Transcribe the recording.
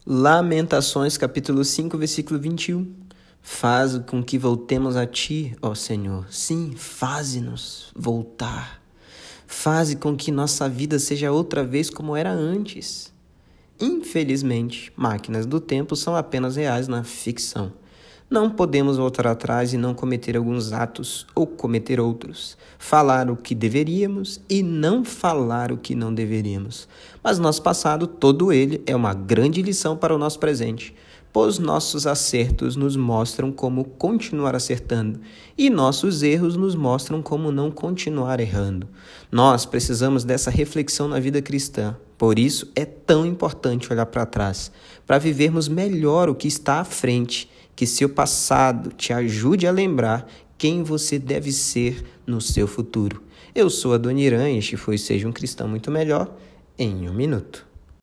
Lamentações, capítulo 5, versículo 21. Faz com que voltemos a Ti, ó Senhor. Sim, faze-nos voltar. Faze com que nossa vida seja outra vez como era antes. Infelizmente, máquinas do tempo são apenas reais na ficção. Não podemos voltar atrás e não cometer alguns atos ou cometer outros. Falar o que deveríamos e não falar o que não deveríamos. Mas nosso passado, todo ele, é uma grande lição para o nosso presente, pois nossos acertos nos mostram como continuar acertando e nossos erros nos mostram como não continuar errando. Nós precisamos dessa reflexão na vida cristã. Por isso é tão importante olhar para trás, para vivermos melhor o que está à frente. Que seu passado te ajude a lembrar quem você deve ser no seu futuro. Eu sou Adoniran e este foi Seja um Cristão Muito Melhor em 1 Minuto.